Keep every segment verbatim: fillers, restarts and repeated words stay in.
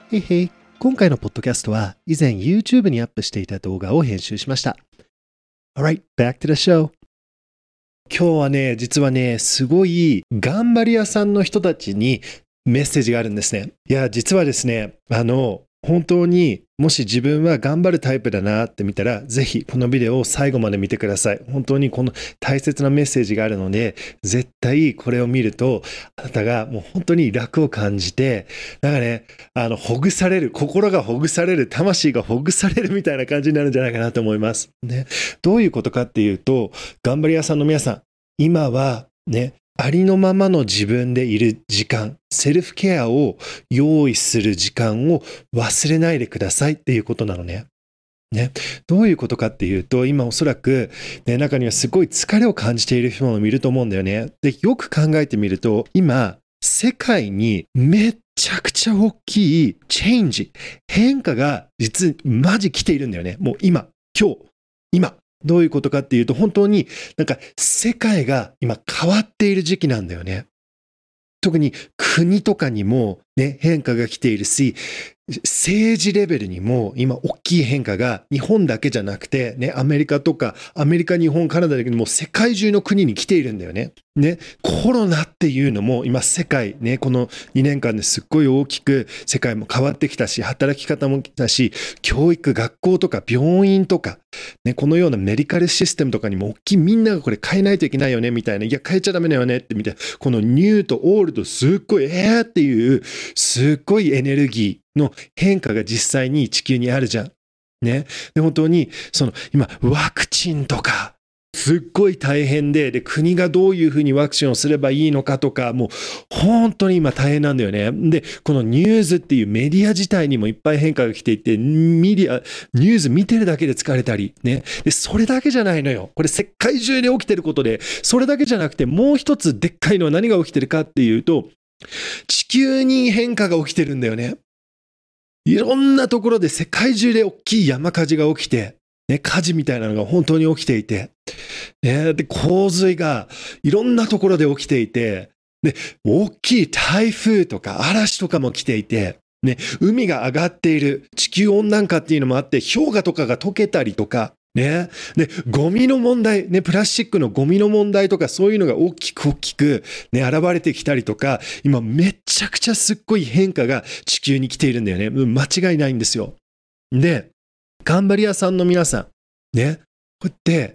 へいへい。今回のポッドキャストは以前 YouTube にアップしていた動画を編集しました。Alright, back to the show. 今日はね、実はね、すごい頑張り屋さんの人たちにメッセージがあるんですね。いや、実はですね、あの、本当にもし自分は頑張るタイプだなって見たら、ぜひこのビデオを最後まで見てください。本当にこの大切なメッセージがあるので、絶対これを見ると、あなたがもう本当に楽を感じて、なんかね、あの、ほぐされる、心がほぐされる、魂がほぐされるみたいな感じになるんじゃないかなと思います。ね。どういうことかっていうと、頑張り屋さんの皆さん、今はね、ありのままの自分でいる時間、セルフケアを用意する時間を忘れないでくださいっていうことなのね。ね。どういうことかっていうと、今おそらく、ね、中にはすごい疲れを感じている人もいると思うんだよね。で、よく考えてみると、今、世界にめちゃくちゃ大きいチェンジ、変化が実、マジ来ているんだよね。もう今、今日、今。どういうことかっていうと、本当になんか世界が今変わっている時期なんだよね。特に国とかにもね、変化が来ているし、政治レベルにも今大きい変化が日本だけじゃなくてね、アメリカとかアメリカ、日本、カナダだけども世界中の国に来ているんだよね。ね、コロナっていうのも今世界ね、このにねんかんですっごい大きく世界も変わってきたし、働き方も来たし、教育、学校とか病院とかね、このようなメディカルシステムとかにも大きい、みんながこれ変えないといけないよねみたいな、いや変えちゃダメだよねってみたいな、このニューとオールドすっごいえーっていうすっごいエネルギーの変化が実際に地球にあるじゃん。ね。で、本当に、その、今、ワクチンとか、すっごい大変で、で、国がどういうふうにワクチンをすればいいのかとか、もう、本当に今大変なんだよね。で、このニュースっていうメディア自体にもいっぱい変化が来ていて、メディア、ニュース見てるだけで疲れたり、ね。で、それだけじゃないのよ。これ世界中で起きてることで、それだけじゃなくて、もう一つでっかいのは何が起きてるかっていうと、地球に変化が起きてるんだよね。いろんなところで世界中で大きい山火事が起きて、ね、火事みたいなのが本当に起きていて、ね、で洪水がいろんなところで起きていて、で大きい台風とか嵐とかも来ていて、ね、海が上がっている、地球温暖化っていうのもあって、氷河とかが溶けたりとか、ね。で、ゴミの問題、ね、プラスチックのゴミの問題とかそういうのが大きく大きくね、現れてきたりとか、今めちゃくちゃすっごい変化が地球に来ているんだよね。間違いないんですよ。で、頑張り屋さんの皆さん、ね、こうやって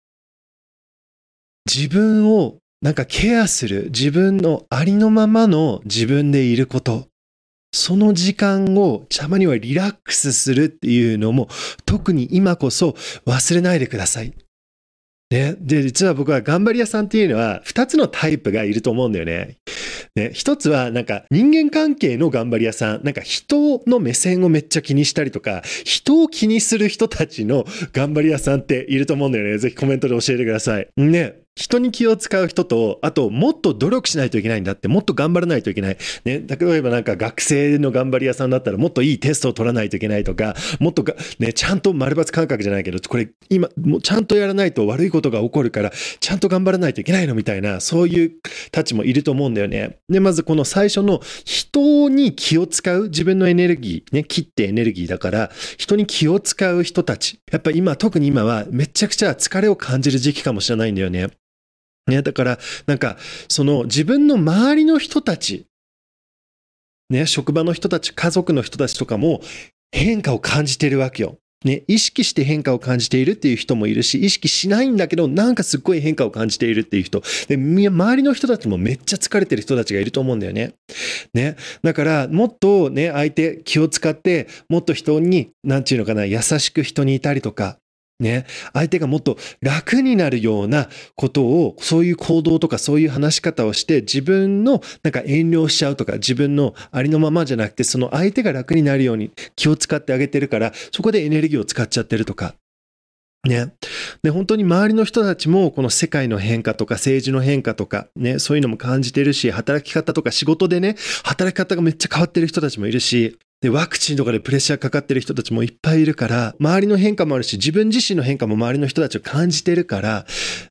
自分をなんかケアする、自分のありのままの自分でいること、その時間をたまにはリラックスするっていうのも特に今こそ忘れないでください。ね、で実は僕は頑張り屋さんっていうのはふたつのタイプがいると思うんだよね。ね、ひとつはなんか人間関係の頑張り屋さん、なんか人の目線をめっちゃ気にしたりとか、人を気にする人たちの頑張り屋さんっていると思うんだよね。ぜひコメントで教えてください。ね。人に気を使う人と、あともっと努力しないといけないんだって、もっと頑張らないといけない。ね、例えばなんか学生の頑張り屋さんだったらもっといいテストを取らないといけないとか、もっとが、ね、ちゃんと丸抜感覚じゃないけど、これ今もうちゃんとやらないと悪いことが起こるから、ちゃんと頑張らないといけないのみたいな、そういうたちもいると思うんだよね。で、まずこの最初の人に気を使う、自分のエネルギー、ね、気ってエネルギーだから、人に気を使う人たち。やっぱ今、特に今はめちゃくちゃ疲れを感じる時期かもしれないんだよね。ね、だから、なんか、その自分の周りの人たち、ね、職場の人たち、家族の人たちとかも変化を感じているわけよ。ね、意識して変化を感じているっていう人もいるし、意識しないんだけど、なんかすっごい変化を感じているっていう人。で、周りの人たちもめっちゃ疲れてる人たちがいると思うんだよね。ね。だから、もっとね、相手気を使って、もっと人に、なんていうのかな、優しく人にいたりとか、ね、相手がもっと楽になるようなことを、そういう行動とかそういう話し方をして、自分のなんか遠慮しちゃうとか、自分のありのままじゃなくて、その相手が楽になるように気を使ってあげてるから、そこでエネルギーを使っちゃってるとか。ね。で、本当に周りの人たちもこの世界の変化とか政治の変化とかね、そういうのも感じてるし、働き方とか仕事でね、働き方がめっちゃ変わってる人たちもいるし、で、ワクチンとかでプレッシャーかかってる人たちもいっぱいいるから、周りの変化もあるし、自分自身の変化も周りの人たちを感じてるから、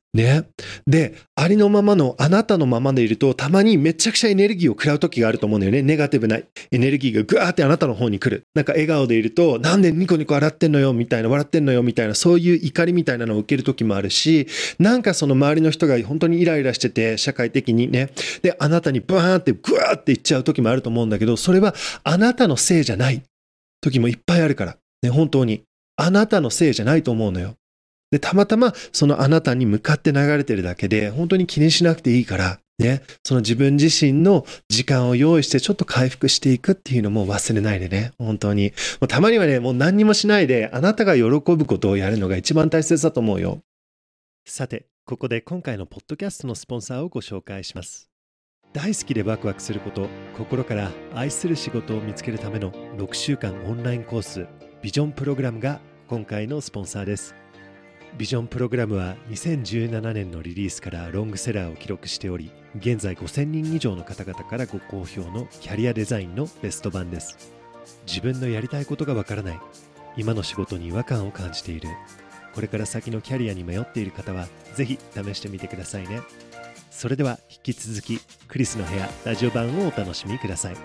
ね。で、ありのままのあなたのままでいると、たまにめちゃくちゃエネルギーを食らう時があると思うんだよね。ネガティブなエネルギーがぐわーってあなたの方に来る。なんか笑顔でいると、なんでニコニコ笑ってんのよみたいな、笑ってんのよみたいな、そういう怒りみたいなのを受ける時もあるし、なんかその周りの人が本当にイライラしてて、社会的にね、で、あなたにバーンってぐわーっていっちゃう時もあると思うんだけど、それはあなたのせいじゃない時もいっぱいあるから。ね、本当に。あなたのせいじゃないと思うのよ。で、たまたまそのあなたに向かって流れてるだけで、本当に気にしなくていいから、ね、その自分自身の時間を用意してちょっと回復していくっていうのも忘れないでね、本当に。もうたまにはね、もう何にもしないで、あなたが喜ぶことをやるのが一番大切だと思うよ。さて、ここで今回のポッドキャストのスポンサーをご紹介します。大好きでワクワクすること、心から愛する仕事を見つけるためのろくしゅうかんオンラインコース、ビジョンプログラムが今回のスポンサーです。ビジョンプログラムはにせんじゅうななねんのリリースからロングセラーを記録しており、現在ごせんにん以上の方々からご好評のキャリアデザインのベスト版です。自分のやりたいことがわからない、今の仕事に違和感を感じている、これから先のキャリアに迷っている方はぜひ試してみてくださいね。それでは引き続きクリスの部屋ラジオ版をお楽しみください。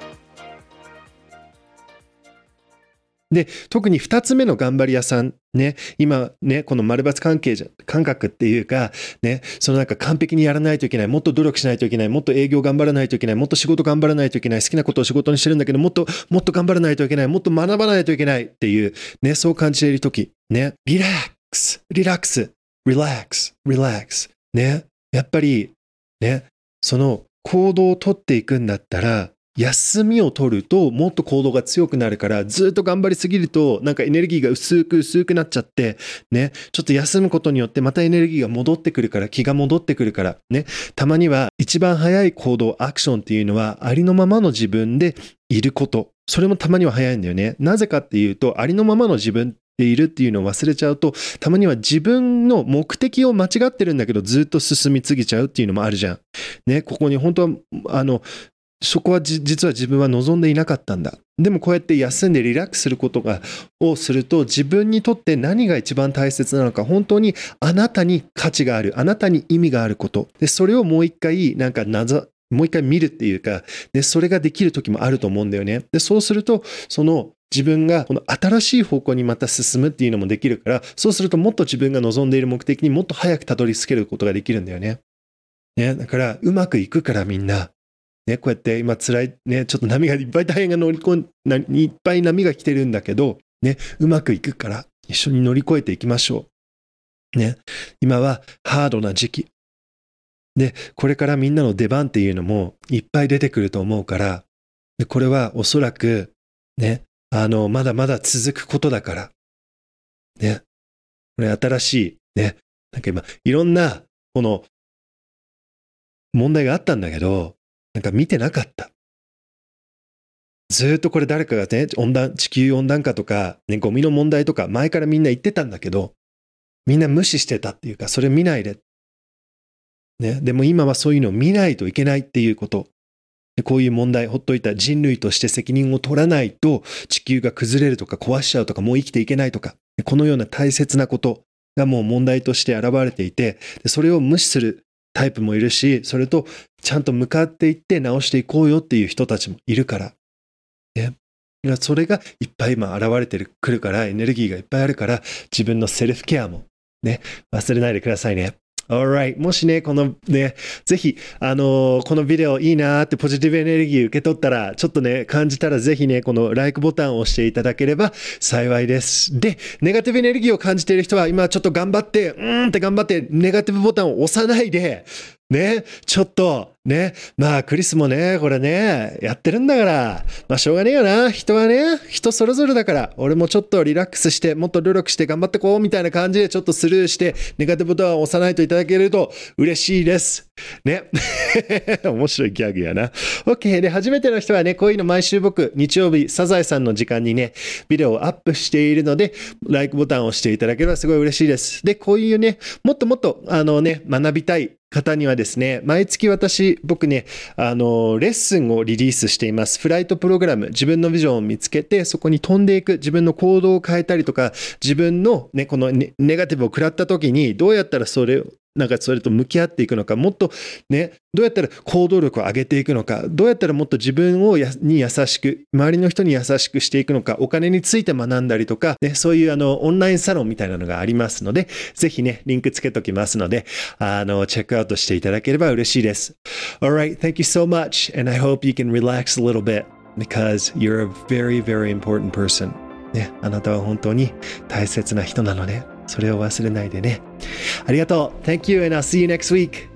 で、特にふたつめの頑張り屋さんね、今ね、この丸抜関係じゃ感覚っていうかね、そのなんか完璧にやらないといけない、もっと努力しないといけない、もっと営業頑張らないといけない、もっと仕事頑張らないといけない、好きなことを仕事にしてるんだけど、もっともっと頑張らないといけない、もっと学ばないといけないっていうね、そう感じているときね、リラックス、リラックス、リラックス、リラックスね、やっぱりね、その行動をとっていくんだったら。休みを取るともっと行動が強くなるから、ずっと頑張りすぎるとなんかエネルギーが薄く薄くなっちゃってね、ちょっと休むことによってまたエネルギーが戻ってくるから、気が戻ってくるからね、たまには一番早い行動、アクションっていうのはありのままの自分でいること、それもたまには早いんだよね。なぜかっていうと、ありのままの自分でいるっていうのを忘れちゃうと、たまには自分の目的を間違ってるんだけどずっと進みすぎちゃうっていうのもあるじゃんね。ここに本当はあのそこは実は自分は望んでいなかったんだ。でもこうやって休んでリラックスすることがをすると、自分にとって何が一番大切なのか、本当にあなたに価値がある、あなたに意味があること。で、それをもう一回なんかなざもう一回見るっていうか、で、それができる時もあると思うんだよね。で、そうするとその自分がこの新しい方向にまた進むっていうのもできるから、そうするともっと自分が望んでいる目的にもっと早くたどり着けることができるんだよね。ね、だからうまくいくからみんな。ね、こうやって今辛いね、ちょっと波がいっぱい大変が乗り込んな、いっぱい波が来てるんだけど、ね、うまくいくから一緒に乗り越えていきましょう。ね、今はハードな時期。で、これからみんなの出番っていうのもいっぱい出てくると思うから、でこれはおそらくね、あの、まだまだ続くことだから、ね、これ新しい、ね、なんか今、いろんな、この、問題があったんだけど、なんか見てなかった。ずーっとこれ誰かがね、温暖、地球温暖化とか、ね、ゴミの問題とか、前からみんな言ってたんだけど、みんな無視してたっていうか、それ見ないで。ね、でも今はそういうのを見ないといけないっていうこと。でこういう問題、ほっといた人類として責任を取らないと、地球が崩れるとか壊しちゃうとか、もう生きていけないとか、このような大切なことがもう問題として現れていて、それを無視するタイプもいるし、それとちゃんと向かっていって直していこうよっていう人たちもいるから。ね、それがいっぱい今現れてくるから、エネルギーがいっぱいあるから、自分のセルフケアもね、忘れないでくださいね。Alright. もしね、このね、ぜひ、あのー、このビデオいいなーってポジティブエネルギー受け取ったら、ちょっとね、感じたらぜひね、この like ボタンを押していただければ幸いです。で、ネガティブエネルギーを感じている人は、今ちょっと頑張って、うーんって頑張って、ネガティブボタンを押さないで、ね、ちょっと、ね、まあクリスもね、これね、やってるんだから、まあしょうがねえよな。人はね、人それぞれだから、俺もちょっとリラックスして、もっと努力して頑張ってこうみたいな感じでちょっとスルーして、ネガティブボタンを押さないといただけると嬉しいです。ね。面白いギャグやな。OK。で、初めての人はね、こういうの毎週僕、日曜日、サザエさんの時間にね、ビデオをアップしているので、like ボタンを押していただければすごい嬉しいです。で、こういうね、もっともっと、あのね、学びたい方にはですね、毎月私、僕ね、あの、レッスンをリリースしています。フライトプログラム、自分のビジョンを見つけて、そこに飛んでいく、自分の行動を変えたりとか、自分のね、このネ、ネガティブを食らった時に、どうやったらそれを、 なんかそれと向き合っていくのか、もっとね、どうやったら行動力を上げていくのか、どうやったらもっと自分をやに優しく、周りの人に優しくしていくのか、お金について学んだりとか、ね、そういうあのオンラインサロンみたいなのがありますので、ぜひね、リンクつけときますので、あの、チェックアウトしていただければ嬉しいです。Alright, thank you so much, and I hope you can relax a little bit, because you're a very, very important person. ね、あなたは本当に大切な人なので、それを忘れないでね。ありがとう。Thank you, and I'll see you next week.